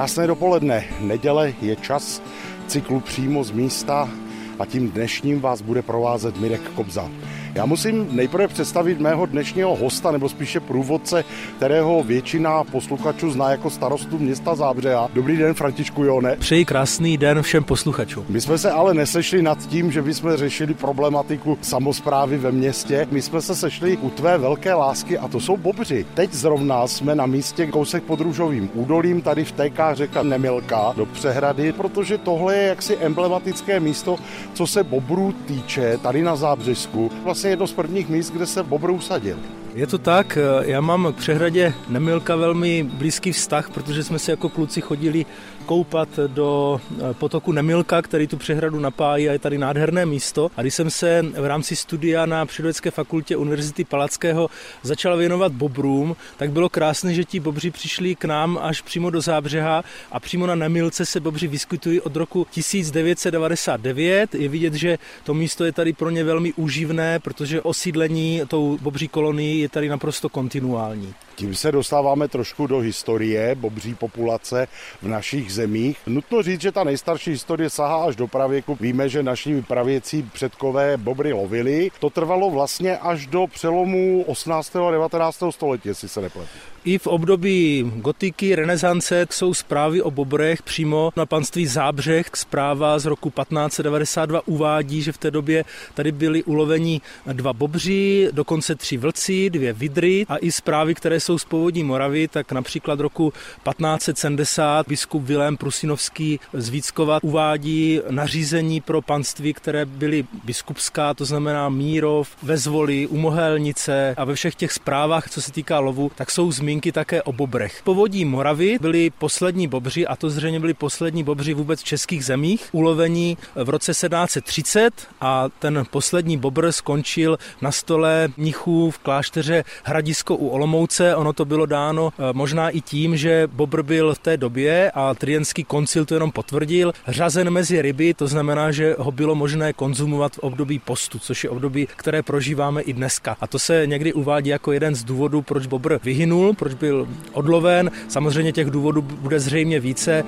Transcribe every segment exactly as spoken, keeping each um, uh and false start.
Krásné dopoledne. Neděle je čas cyklu Přímo z místa a tím dnešním vás bude provázet Mirek Kobza. Já musím nejprve představit mého dnešního hosta, nebo spíše průvodce, kterého většina posluchačů zná jako starostu města Záhřeha. Dobrý den, Františku Jone. Přeji krásný den všem posluchačům. My jsme se ale nesešli nad tím, že bychom řešili problematiku samosprávy ve městě. My jsme se sešli u tvé velké lásky a to jsou bobři. Teď zrovna jsme na místě kousek pod Růžovým údolím, tady vtéká řeka Nemilka do přehrady, protože tohle je jaksi emblematické místo, co se bobrů týče, tady na Zábřesku. Vlastně jedno z prvních míst, kde se bobr usadil. Je to tak, já mám k přehradě Nemilka velmi blízký vztah, protože jsme se jako kluci chodili koupat do potoku Nemilka, který tu přehradu napájí a je tady nádherné místo. A když jsem se v rámci studia na Přírodovědecké fakultě Univerzity Palackého začal věnovat bobrům, tak bylo krásné, že ti bobři přišli k nám až přímo do Záhřeha a přímo na Nemilce se bobři vyskytují od roku tisíc devět set devadesát devět. Je vidět, že to místo je tady pro ně velmi úživné, protože osídlení tou bobří kolonii je tady naprosto kontinuální. Tím se dostáváme trošku do historie bobří populace v našich zemích. Nutno říct, že ta nejstarší historie sahá až do pravěku. Víme, že naši pravěcí předkové bobry lovili. To trvalo vlastně až do přelomu osmnáctého a devatenáctého století, jestli se nepletu. I v období gotiky, renesance jsou zprávy o bobrech přímo na panství Zábřeh. Zpráva z roku patnáct set devadesát dva uvádí, že v té době tady byli uloveni dva bobři, dokonce tři vlci, dvě vydry a i zprávy, které jsou z původní Moravy, tak například roku patnáct set sedmdesát biskup Vilém Prusinovský z Víckova uvádí nařízení pro panství, které byly biskupská, to znamená Mírov, Vezvoli, u Mohelnice a ve všech těch zprávách, co se týká lovu, tak jsou zmínky také o bobrech. Povodí Moravy byli poslední bobři, a to zřejmě byli poslední bobři vůbec v českých zemích, ulovení v roce sedmnáct set třicet a ten poslední bobr skončil na stole mnichů v klášteře Hradisko u Olomouce. Ono to bylo dáno možná i tím, že bobr byl v té době, a Trientský koncil to jenom potvrdil, řazen mezi ryby, to znamená, že ho bylo možné konzumovat v období postu, což je období, které prožíváme i dneska. A to se někdy uvádí jako jeden z důvodů, proč bobr vyhynul, proč byl odloven. Samozřejmě těch důvodů bude zřejmě více.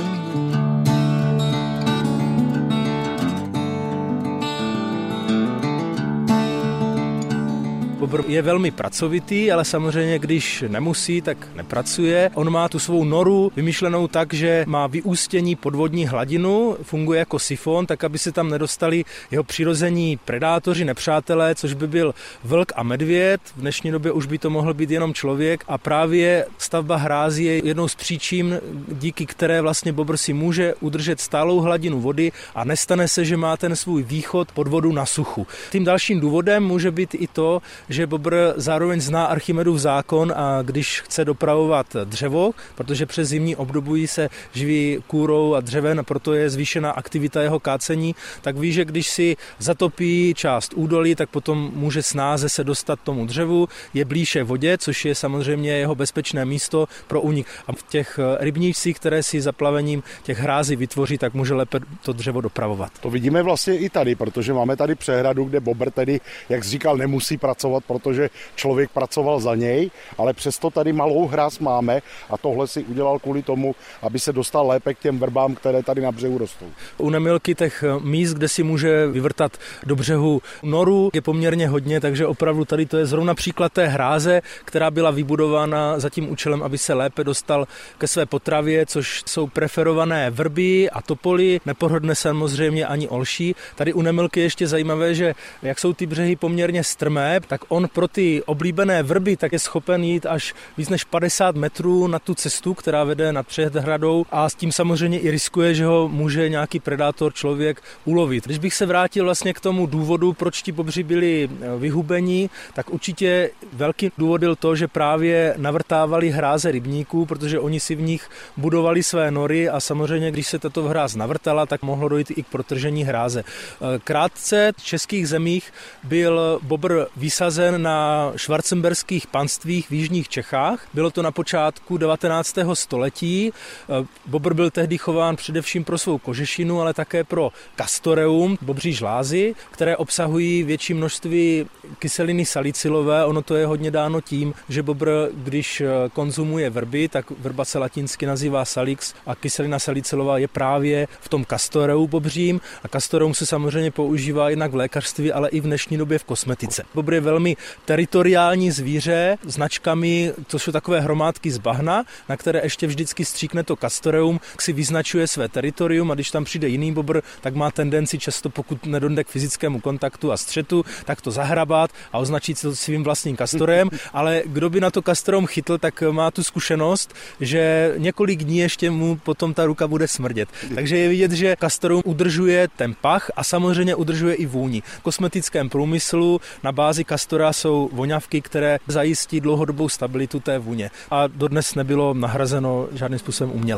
Bobr je velmi pracovitý, ale samozřejmě, když nemusí, tak nepracuje. On má tu svou noru vymyšlenou tak, že má vyústění podvodní hladinu, funguje jako sifon, tak aby se tam nedostali jeho přirození predátoři, nepřátelé, což by byl vlk a medvěd. V dnešní době už by to mohl být jenom člověk a právě stavba hrází je jednou z příčin, díky které vlastně bobr si může udržet stálou hladinu vody a nestane se, že má ten svůj východ pod vodu na suchu. Tím dalším důvodem může být i to, že bobr zároveň zná Archimedův zákon a když chce dopravovat dřevo, protože přes zimní období se živí kůrou a dřevem a proto je zvýšená aktivita jeho kácení, tak ví, že když si zatopí část údolí, tak potom může snáze se dostat tomu dřevu, je blíže vodě, což je samozřejmě jeho bezpečné místo pro únik. A v těch rybníčcích, které si zaplavením těch hrází vytvoří, tak může lépe to dřevo dopravovat. To vidíme vlastně i tady, protože máme tady přehradu, kde bobr tedy, jak jsi říkal, nemusí pracovat, protože člověk pracoval za něj, ale přesto tady malou hráz máme a tohle si udělal kvůli tomu, aby se dostal lépe k těm vrbám, které tady na břehu rostou. U Nemilky těch míst, kde si může vyvrtat do břehu noru, je poměrně hodně, takže opravdu tady to je zrovna příklad té hráze, která byla vybudována za tím účelem, aby se lépe dostal ke své potravě, což jsou preferované vrby a topoly, nepohodne samozřejmě ani olší. Tady u Nemilky je ještě zajímavé, že jak jsou ty břehy poměrně strmé, tak on pro ty oblíbené vrby tak je schopen jít až víc než padesát metrů na tu cestu, která vede nad přehradou a s tím samozřejmě i riskuje, že ho může nějaký predátor člověk ulovit. Když bych se vrátil vlastně k tomu důvodu, proč ti bobři byli vyhubeni, tak určitě velký důvod byl to, že právě navrtávali hráze rybníků, protože oni si v nich budovali své nory a samozřejmě, když se tato hráz navrtala, tak mohlo dojít i k protržení hráze. Krátce v českých zemích byl bobr vysazen nalezen na schwarzenberských panstvích v jižních Čechách. Bylo to na počátku devatenáctého století. Bobr byl tehdy chován především pro svou kožešinu, ale také pro castoreum, bobří žlázy, které obsahují větší množství kyseliny salicylové. Ono to je hodně dáno tím, že bobr, když konzumuje vrby, tak vrba se latinsky nazývá salix a kyselina salicylová je právě v tom castoreu bobřím a castoreum se samozřejmě používá jednak v lékařství, ale i v dnešní době v kosmetice. Bobr je velmi teritoriální zvíře, značkami, to jsou takové hromádky z bahna, na které ještě vždycky stříkne to castoreum, si vyznačuje své teritorium a když tam přijde jiný bobr, tak má tendenci často, pokud nedojde k fyzickému kontaktu a střetu, tak to zahrabat a označit to svým vlastním castorem, ale kdo by na to castoreum chytl, tak má tu zkušenost, že několik dní ještě mu potom ta ruka bude smrdět. Takže je vidět, že castoreum udržuje ten pach a samozřejmě udržuje i vůni. V kosmetickém průmyslu na bázi castora jsou voňavky, které zajistí dlouhodobou stabilitu té vůně. A dodnes nebylo nahrazeno žádným způsobem uměle.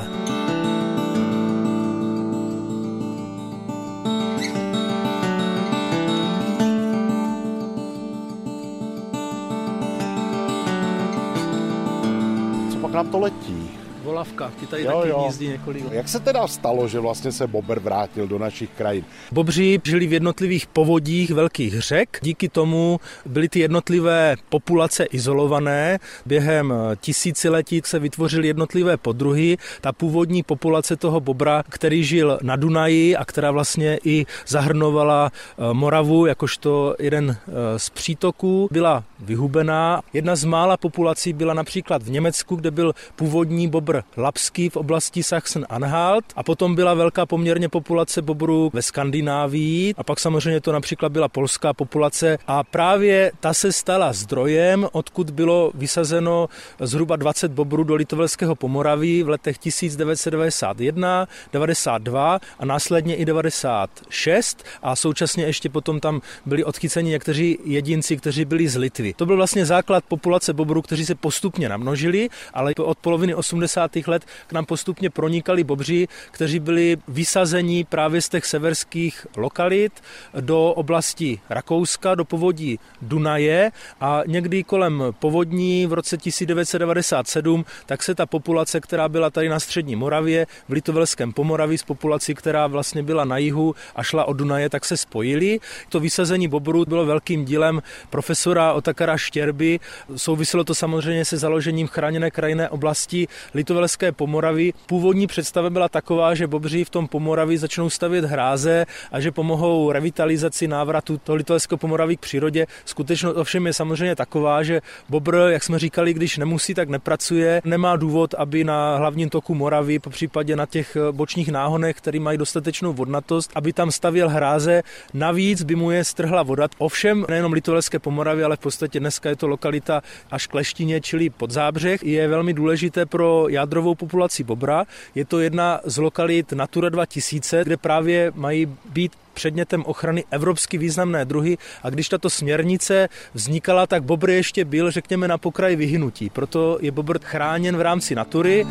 Co pak nám to letí? Volavka, ty tady jo, taky jo. hnízdí několik. Jak se teda stalo, že vlastně se bobr vrátil do našich krajin? Bobři žili v jednotlivých povodích velkých řek. Díky tomu byly ty jednotlivé populace izolované. Během tisíciletí se vytvořily jednotlivé podruhy. Ta původní populace toho bobra, který žil na Dunaji a která vlastně i zahrnovala Moravu jakožto jeden z přítoků, byla vyhubená. Jedna z mála populací byla například v Německu, kde byl původní bobr lapský v oblasti Sachsen-Anhalt a potom byla velká poměrně populace bobrů ve Skandinávii a pak samozřejmě to například byla polská populace a právě ta se stala zdrojem, odkud bylo vysazeno zhruba dvacet bobrů do Litovelského Pomoraví v letech tisíc devět set devadesát jedna, devadesát dva a následně i devadesát šest a současně ještě potom tam byli odchyceni někteří jedinci, kteří byli z Litvy. To byl vlastně základ populace bobrů, kteří se postupně namnožili, ale od poloviny osmdesátých let k nám postupně pronikali bobři, kteří byli vysazeni právě z těch severských lokalit do oblasti Rakouska, do povodí Dunaje a někdy kolem povodní v roce tisíc devět set devadesát sedm, tak se ta populace, která byla tady na střední Moravě, v Litovelském Pomoraví s populací, která vlastně byla na jihu a šla od Dunaje, tak se spojili. To vysazení bobrů bylo velkým dílem profesora Otakara Štěrby. Souviselo to samozřejmě se založením chráněné krajinné oblasti Litovelské Pomoravy. Původní představa byla taková, že bobři v tom Pomoraví začnou stavět hráze a že pomohou revitalizaci návratu toho Litovelského Pomoraví k přírodě. Skutečnost ovšem je samozřejmě taková, že bobr, jak jsme říkali, když nemusí, tak nepracuje. Nemá důvod, aby na hlavním toku Moravy, popřípadě na těch bočních náhonech, které mají dostatečnou vodnatost, aby tam stavěl hráze. Navíc by mu je strhla voda. Ovšem nejenom Litovelské Pomoravy, ale v podstatě dneska je to lokalita až Kleštině, čili Podzábřeh. Je velmi důležité pro jádrovou populaci bobra. Je to jedna z lokalit Natura dva tisíce, kde právě mají být předmětem ochrany evropsky významné druhy a když tato směrnice vznikala, tak bobr ještě byl, řekněme, na pokraji vyhynutí. Proto je bobr chráněn v rámci natury.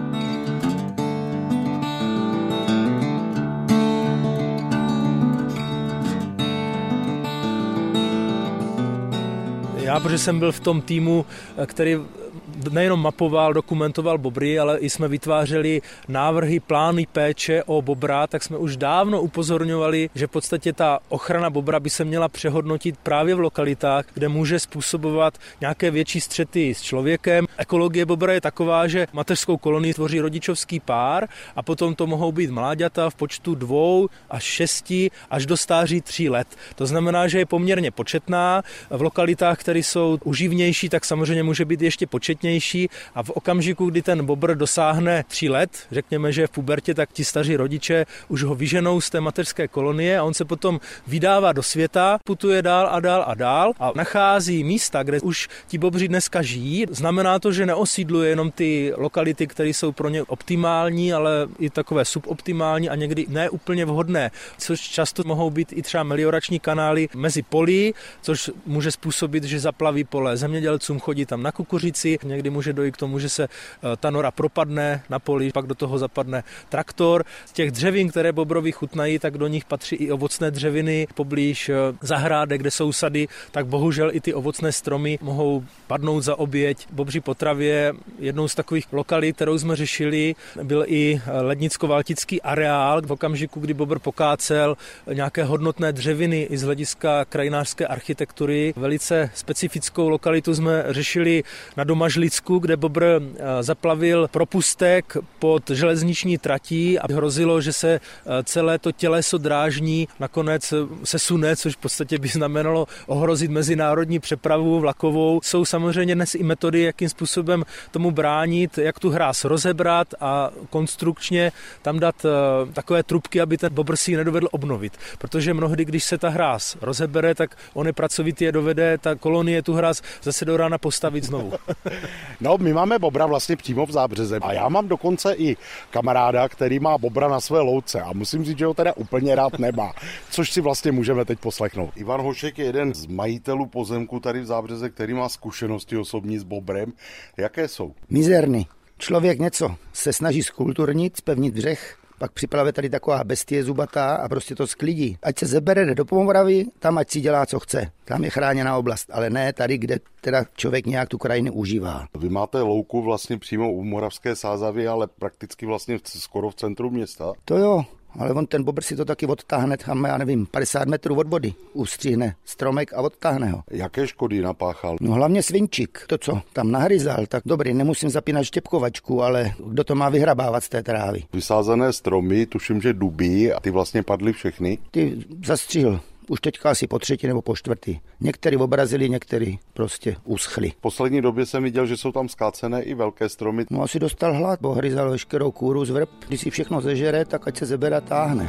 Já, protože jsem byl v tom týmu, který nejenom mapoval, dokumentoval bobry, ale i jsme vytvářeli návrhy, plány péče o bobra, tak jsme už dávno upozorňovali, že v podstatě ta ochrana bobra by se měla přehodnotit právě v lokalitách, kde může způsobovat nějaké větší střety s člověkem. Ekologie bobra je taková, že mateřskou kolonii tvoří rodičovský pár a potom to mohou být mláďata v počtu dvou až šesti až do stáří tří let. To znamená, že je poměrně početná. V lokalitách, které jsou uživnější, tak samozřejmě může být ještě početnější a v okamžiku, kdy ten bobr dosáhne tří let, řekněme, že je v pubertě, tak ti staří rodiče už ho vyženou z té mateřské kolonie a on se potom vydává do světa, putuje dál a dál a dál a nachází místa, kde už ti bobři dneska žijí. Znamená to, že neosídluje jenom ty lokality, které jsou pro ně optimální, ale i takové suboptimální a někdy ne úplně vhodné, což často mohou být i třeba meliorační kanály mezi polí, což může způsobit, že zaplaví pole zemědělcům, chodí tam na kukuřici. někdy může dojít k tomu, že se ta nora propadne na poli, pak do toho zapadne traktor. Z těch dřevin, které bobrovi chutnají, tak do nich patří i ovocné dřeviny poblíž zahrádek, kde jsou sady, tak bohužel i ty ovocné stromy mohou padnout za oběť bobří potravě. Jednou z takových lokalit, kterou jsme řešili, byl i lednicko-valtický areál. V okamžiku, kdy bobr pokácel nějaké hodnotné dřeviny i z hlediska krajinářské architektury. Velice specifickou lokalitu jsme řešili na Domažlicku, kde bobr zaplavil propustek pod železniční tratí a hrozilo, že se celé to těleso drážní nakonec se sune, což v podstatě by znamenalo ohrozit mezinárodní přepravu vlakovou. Jsou samozřejmě dnes i metody, jakým způsobem tomu bránit, jak tu hráz rozebrat a konstrukčně tam dát takové trubky, aby ten bobr si ji nedovedl obnovit. Protože mnohdy, když se ta hráz rozebere, tak on je pracovitý, je dovede ta kolonie tu hráz zase do rána postavit znovu. No, my máme bobra vlastně přímo v Zábřeze a já mám dokonce i kamaráda, který má bobra na své louce a musím říct, že ho teda úplně rád nemá, což si vlastně můžeme teď poslechnout. Ivan Hošek je jeden z majitelů pozemku tady v Zábřeze, který má zkušenosti osobní s bobrem. Jaké jsou? Mizerný. Člověk něco se snaží skulturnit, zpevnit břeh, pak připravuje tady taková bestie zubatá a prostě to sklidí. Ať se zebere, jde do Pomoravy, tam ať si dělá, co chce. Tam je chráněná oblast, ale ne tady, kde teda člověk nějak tu krajinu užívá. Vy máte louku vlastně přímo u Moravské Sázavy, ale prakticky vlastně skoro v centru města. To jo. Ale on ten bobr si to taky odtáhne, tam já nevím, padesát metrů od vody, ustřihne stromek a odtáhne ho. Jaké škody napáchal? No hlavně svinčík, to co tam nahryzal, tak dobrý, nemusím zapínat štěpkovačku, ale kdo to má vyhrabávat z té trávy? Vysázené stromy, tuším, že duby, a ty vlastně padly všechny? Ty zastřihl. Už teďka asi po třetí nebo po čtvrtý. Některý obrazili, některý prostě uschli. V poslední době jsem viděl, že jsou tam skácené i velké stromy. No asi dostal hlad, bo hryzal veškerou kůru z vrb. Když si všechno zežere, tak ať se zebere a táhne.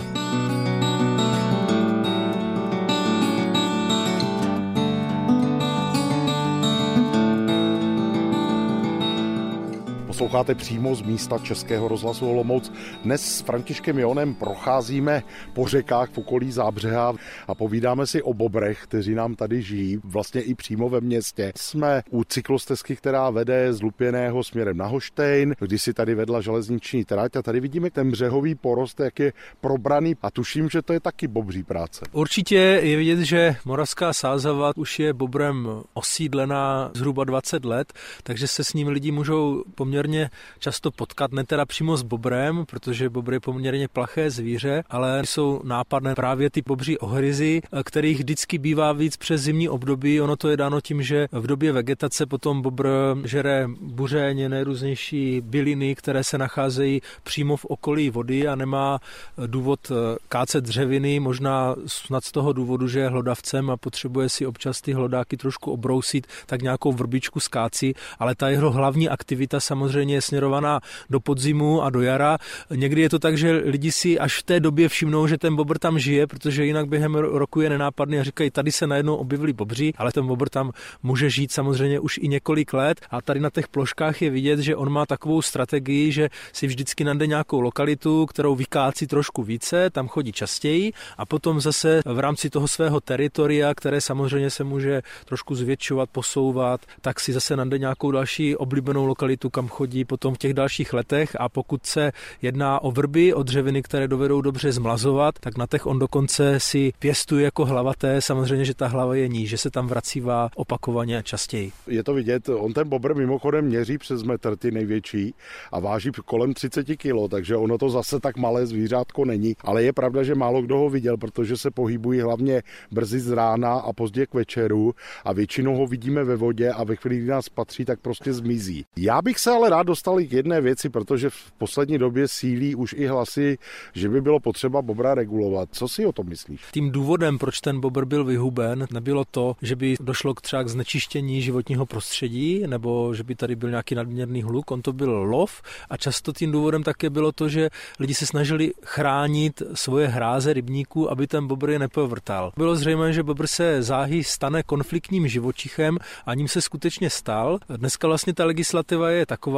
Posloucháte přímo z místa Českého rozhlasu Olomouc. Dnes s Františkem Jonem procházíme po řekách v okolí Zábřeha a povídáme si o bobrech, kteří nám tady žijí, vlastně i přímo ve městě. Jsme u cyklostezky, která vede z Lupěného směrem na Hoštejn, když si tady vedla železniční trať a tady vidíme ten břehový porost, jak je probraný a tuším, že to je taky bobří práce. Určitě je vidět, že Moravská Sázava už je bobrem osídlená zhruba dvacet let, takže se s ním lidi můžou poměrně často potkat, ne teda přímo s bobrem, protože bobr je poměrně plaché zvíře, ale jsou nápadné právě ty bobří ohryzy, kterých vždycky bývá víc přes zimní období. Ono to je dáno tím, že v době vegetace potom bobr žere buřeň, nejrůznější byliny, které se nacházejí přímo v okolí vody a nemá důvod kácet dřeviny, možná snad z toho důvodu, že je hlodavcem a potřebuje si občas ty hlodáky trošku obrousit, tak nějakou vrbičku skácí, ale ta jeho hlavní aktivita samozřejmě je směrovaná do podzimu a do jara. Někdy je to tak, že lidi si až v té době všimnou, že ten bobr tam žije, protože jinak během roku je nenápadný a říkají, tady se najednou objevili bobři, ale ten bobr tam může žít samozřejmě už i několik let a tady na těch ploškách je vidět, že on má takovou strategii, že si vždycky najde nějakou lokalitu, kterou vykácí trošku více, tam chodí častěji a potom zase v rámci toho svého teritoria, které samozřejmě se může trošku zvětšovat, posouvat, tak si zase najde nějakou další oblíbenou lokalitu, kam chodí potom v těch dalších letech a pokud se jedná o vrby, o dřeviny, které dovedou dobře zmlazovat, tak na těch on dokonce si pěstuje jako hlavaté, samozřejmě, že ta hlava je níž, že se tam vracívá opakovaně častěji. Je to vidět, on ten bobr mimochodem měří přes metr, ty největší, a váží kolem třicet kilo, takže ono to zase tak malé zvířátko není, ale je pravda, že málo kdo ho viděl, protože se pohybují hlavně brzy z rána a pozdě k večeru a většinou ho vidíme ve vodě a ve chvíli, kdy nás patří, tak prostě zmizí. Já bych se ale rád dostal k jedné věci, protože v poslední době sílí už i hlasy, že by bylo potřeba bobra regulovat. Co si o tom myslíš? Tím důvodem, proč ten bobr byl vyhuben, nebylo to, že by došlo k třeba k znečištění životního prostředí, nebo že by tady byl nějaký nadměrný hluk, on to byl lov a často tím důvodem také bylo to, že lidi se snažili chránit svoje hráze rybníků, aby ten bobr je nepovrtal. Bylo zřejmé, že bobr se záhy stane konfliktním živočichem a ním se skutečně stal. Dneska vlastně ta legislativa je taková,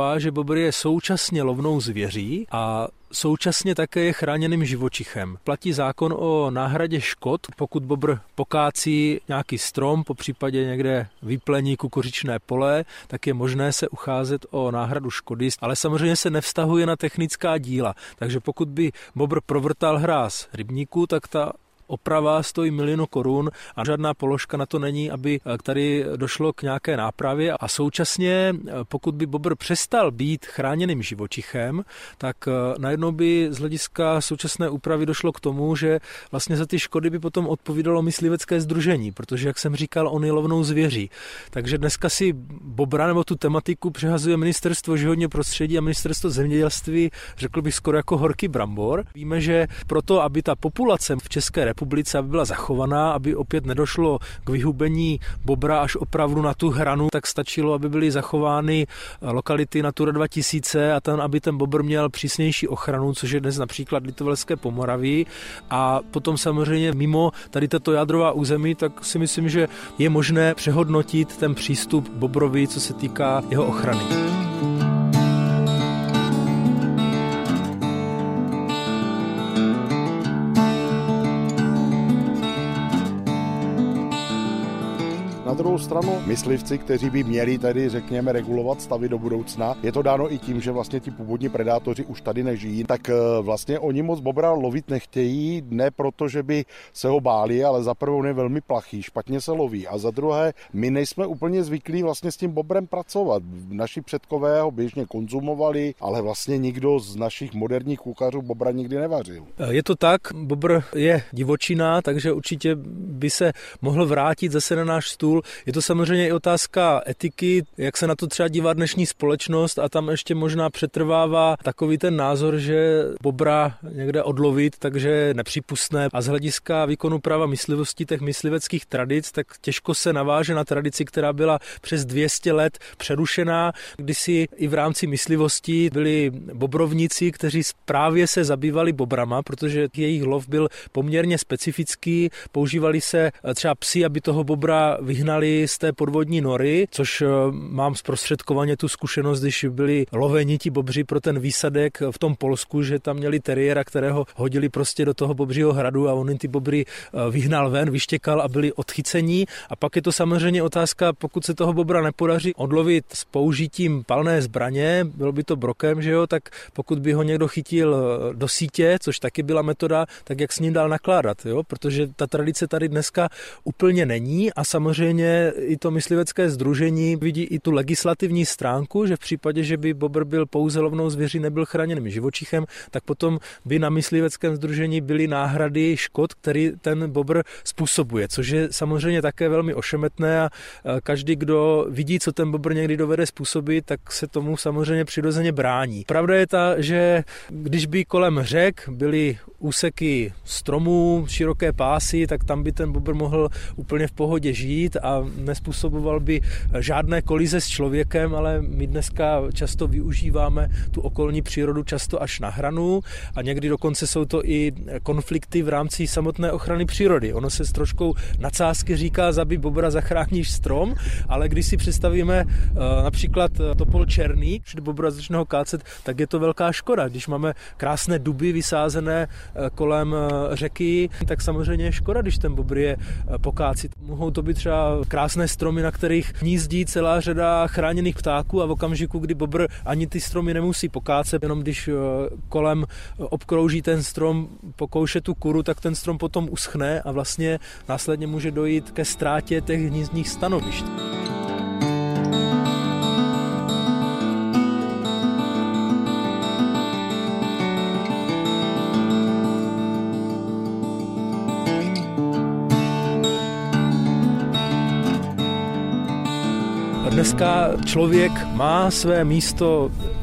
taková, že bobr je současně lovnou zvěří a současně také je chráněným živočichem. Platí zákon o náhradě škod, pokud bobr pokácí nějaký strom, po případě někde vyplení kukuřičné pole, tak je možné se ucházet o náhradu škody, ale samozřejmě se nevztahuje na technická díla. Takže pokud by bobr provrtal hráz rybníku, tak ta oprava stojí milionu korun a žádná položka na to není, aby tady došlo k nějaké nápravě. A současně, pokud by bobr přestal být chráněným živočichem, tak najednou by z hlediska současné úpravy došlo k tomu, že vlastně za ty škody by potom odpovídalo myslivecké sdružení, protože, jak jsem říkal, on je lovnou zvěří. Takže dneska si bobra nebo tu tematiku přehazuje Ministerstvo životního prostředí a Ministerstvo zemědělství, řekl bych skoro jako horký brambor. Víme, že proto, aby ta populace v České republice aby byla zachovaná, aby opět nedošlo k vyhubení bobra až opravdu na tu hranu, tak stačilo, aby byly zachovány lokality Natura dva tisíce a ten, aby ten bobr měl přísnější ochranu, což je dnes například Litovelské Pomoraví. A potom samozřejmě mimo tady tato jádrová území, tak si myslím, že je možné přehodnotit ten přístup bobrovi, co se týká jeho ochrany. Na druhou stranu myslivci, kteří by měli tady, řekněme, regulovat stavy do budoucna, je to dáno i tím, že vlastně ti původní predátoři už tady nežijí, tak vlastně oni moc bobra lovit nechtějí, ne proto, že by se ho báli, ale za prvé on je velmi plachý, špatně se loví a za druhé my nejsme úplně zvyklí vlastně s tím bobrem pracovat. Naši předkové ho běžně konzumovali, ale vlastně nikdo z našich moderních kuchařů bobra nikdy nevařil. Je to tak, bobr je divočina, takže určitě by se mohl vrátit zase na náš stůl. Je to samozřejmě i otázka etiky, jak se na to třeba dívá dnešní společnost a tam ještě možná přetrvává takový ten názor, že bobra někde odlovit, takže je nepřípustné. A z hlediska výkonu práva myslivosti těch mysliveckých tradic, tak těžko se naváže na tradici, která byla přes dvě stě let přerušená, kdysi i v rámci myslivosti byli bobrovníci, kteří právě se zabývali bobrama, protože jejich lov byl poměrně specifický, používali se třeba psi, aby toho bobra vyhnali z té podvodní nory, což mám zprostředkovaně tu zkušenost, když byli loveni ti bobři pro ten výsadek v tom Polsku, že tam měli teriéra, kterého hodili prostě do toho bobřího hradu a on jim ty bobry vyhnal ven, vyštěkal a byli odchycení. A pak je to samozřejmě otázka, pokud se toho bobra nepodaří odlovit s použitím palné zbraně, bylo by to brokem, že jo, tak pokud by ho někdo chytil do sítě, což taky byla metoda, tak jak s ním dál nakládat, jo, protože ta tradice tady dneska úplně není a samozřejmě i to myslivecké sdružení vidí i tu legislativní stránku, že v případě, že by bobr byl pouze lovnou zvěří, nebyl chráněným živočichem, tak potom by na mysliveckém sdružení byly náhrady škod, který ten bobr způsobuje, což je samozřejmě také velmi ošemetné a každý, kdo vidí, co ten bobr někdy dovede způsobit, tak se tomu samozřejmě přirozeně brání. Pravda je ta, že když by kolem řek byly úseky stromů, široké pásy, tak tam by ten bobr mohl úplně v pohodě žít a nespůsoboval by žádné kolize s člověkem, ale my dneska často využíváme tu okolní přírodu často až na hranu a někdy dokonce jsou to i konflikty v rámci samotné ochrany přírody. Ono se s troškou nadsázky říká zabij bobra, zachráníš strom, ale když si představíme například topol černý, když bobra začne ho kácet, tak je to velká škoda. Když máme krásné duby vysázené kolem řeky, tak samozřejmě je škoda, když ten bobr je pokácí. Mohou to být třeba krásné stromy, na kterých hnízdí celá řada chráněných ptáků a v okamžiku, kdy bobr ani ty stromy nemusí pokácet, jenom když kolem obkrouží ten strom, pokouše tu kuru, tak ten strom potom uschne a vlastně následně může dojít ke ztrátě těch hnízdních stanovišť. Dneska člověk má své místo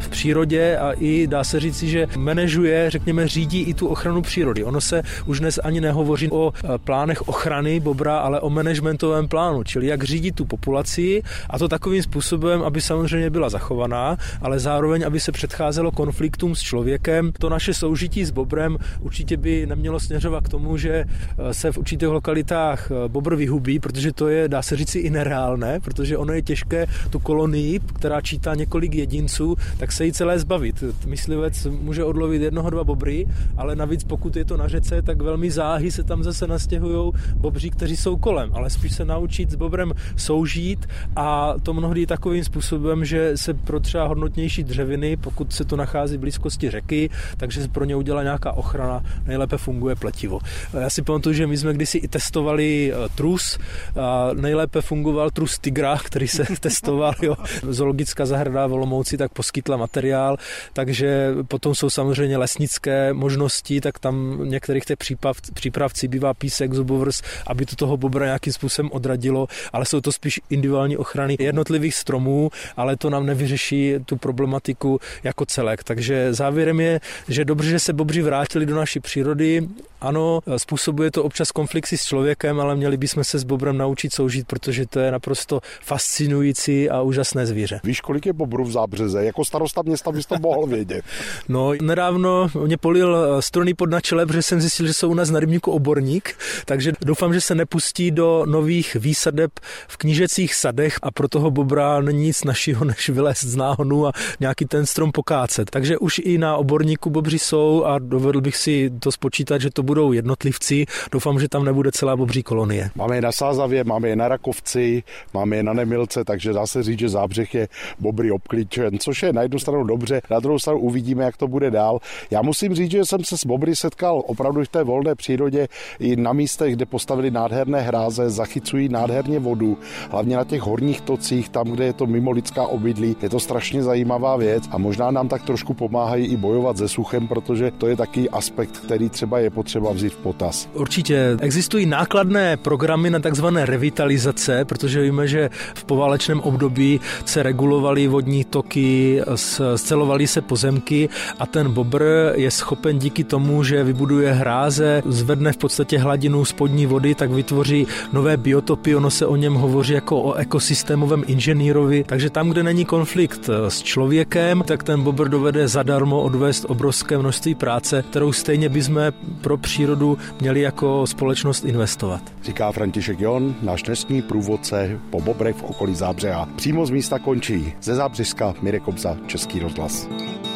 v přírodě a i dá se říci, že manažuje, řekněme, řídí i tu ochranu přírody. Ono se už dnes ani nehovoří o plánech ochrany bobra, ale o managementovém plánu, čili jak řídit tu populaci a to takovým způsobem, aby samozřejmě byla zachovaná, ale zároveň, aby se předcházelo konfliktům s člověkem. To naše soužití s bobrem určitě by nemělo směřovat k tomu, že se v určitých lokalitách bobr vyhubí, protože to je, dá se říci, i nereálné, protože ono je těžké tu kolonii, která čítá několik jedinců, tak se jí celé zbavit. Myslivec může odlovit jednoho, dva bobry, ale navíc pokud je to na řece, tak velmi záhy se tam zase nastěhují bobři, kteří jsou kolem, ale spíš se naučit s bobrem soužít a to mnohdy takovým způsobem, že se pro třeba hodnotnější dřeviny, pokud se to nachází v blízkosti řeky, takže se pro ně udělá nějaká ochrana, nejlépe funguje pletivo. Já si pamatuju, že my jsme kdysi i testovali trus, a nejlépe fungoval trus tygra, který se testoval, jo. Zoologická zahrada v Olomouci tak poskytla materiál, takže potom jsou samozřejmě lesnické možnosti, tak tam některých těch příprav, přípravcí bývá písek, zubovrz, aby to toho bobra nějakým způsobem odradilo, ale jsou to spíš individuální ochrany jednotlivých stromů, ale to nám nevyřeší tu problematiku jako celek. Takže závěrem je, že dobře, že se bobři vrátili do naší přírody. Ano, způsobuje to občas konflikty s člověkem, ale měli bychom se s bobrem naučit soužít, protože to je naprosto fascinující a úžasné zvíře. Víš, kolik je bobrů v Zábřeze? Jako starosta města bys to mohl vědět. No, nedávno mě polil struny pod na čele, protože jsem zjistil, že jsou u nás na rybníku oborník, takže doufám, že se nepustí do nových výsadeb v knížecích sadech a pro toho bobra není nic našího, než vylézt z náhonu a nějaký ten strom pokácet. Takže už i na oborníku bobři jsou a dovedl bych si to spočítat, že to budou jednotlivci. Doufám, že tam nebude celá bobří kolonie. Máme je na Sázavě, máme je na Rakovci, máme je na Nemilce, takže dá se říct, že Zábřeh je bobry obklíčen, což je na jednu stranu dobře, na druhou stranu uvidíme, jak to bude dál. Já musím říct, že jsem se s bobry setkal opravdu v té volné přírodě i na místech, kde postavili nádherné hráze, zachycují nádherně vodu, hlavně na těch horních tocích, tam, kde je to mimo lidská obydlí. Je to strašně zajímavá věc a možná nám tak trošku pomáhají i bojovat se suchem, protože to je taky aspekt, který třeba je potřeba vzít v potaz. Určitě existují nákladné programy na takzvané revitalizace, protože víme, že v poválečném období se regulovaly vodní toky, scelovaly se pozemky a ten bobr je schopen díky tomu, že vybuduje hráze, zvedne v podstatě hladinu spodní vody, tak vytvoří nové biotopy, ono se o něm hovoří jako o ekosystémovém inženýrovi, takže tam, kde není konflikt s člověkem, tak ten bobr dovede zadarmo odvést obrovské množství práce, kterou stejně bychom pro přírodu měli jako společnost investovat. Říká František Jon, náš dnešní průvodce po bobrech v okolí Zábřeha. Přímo z místa končí ze Zábřežska Mirek Kobza, Český rozhlas.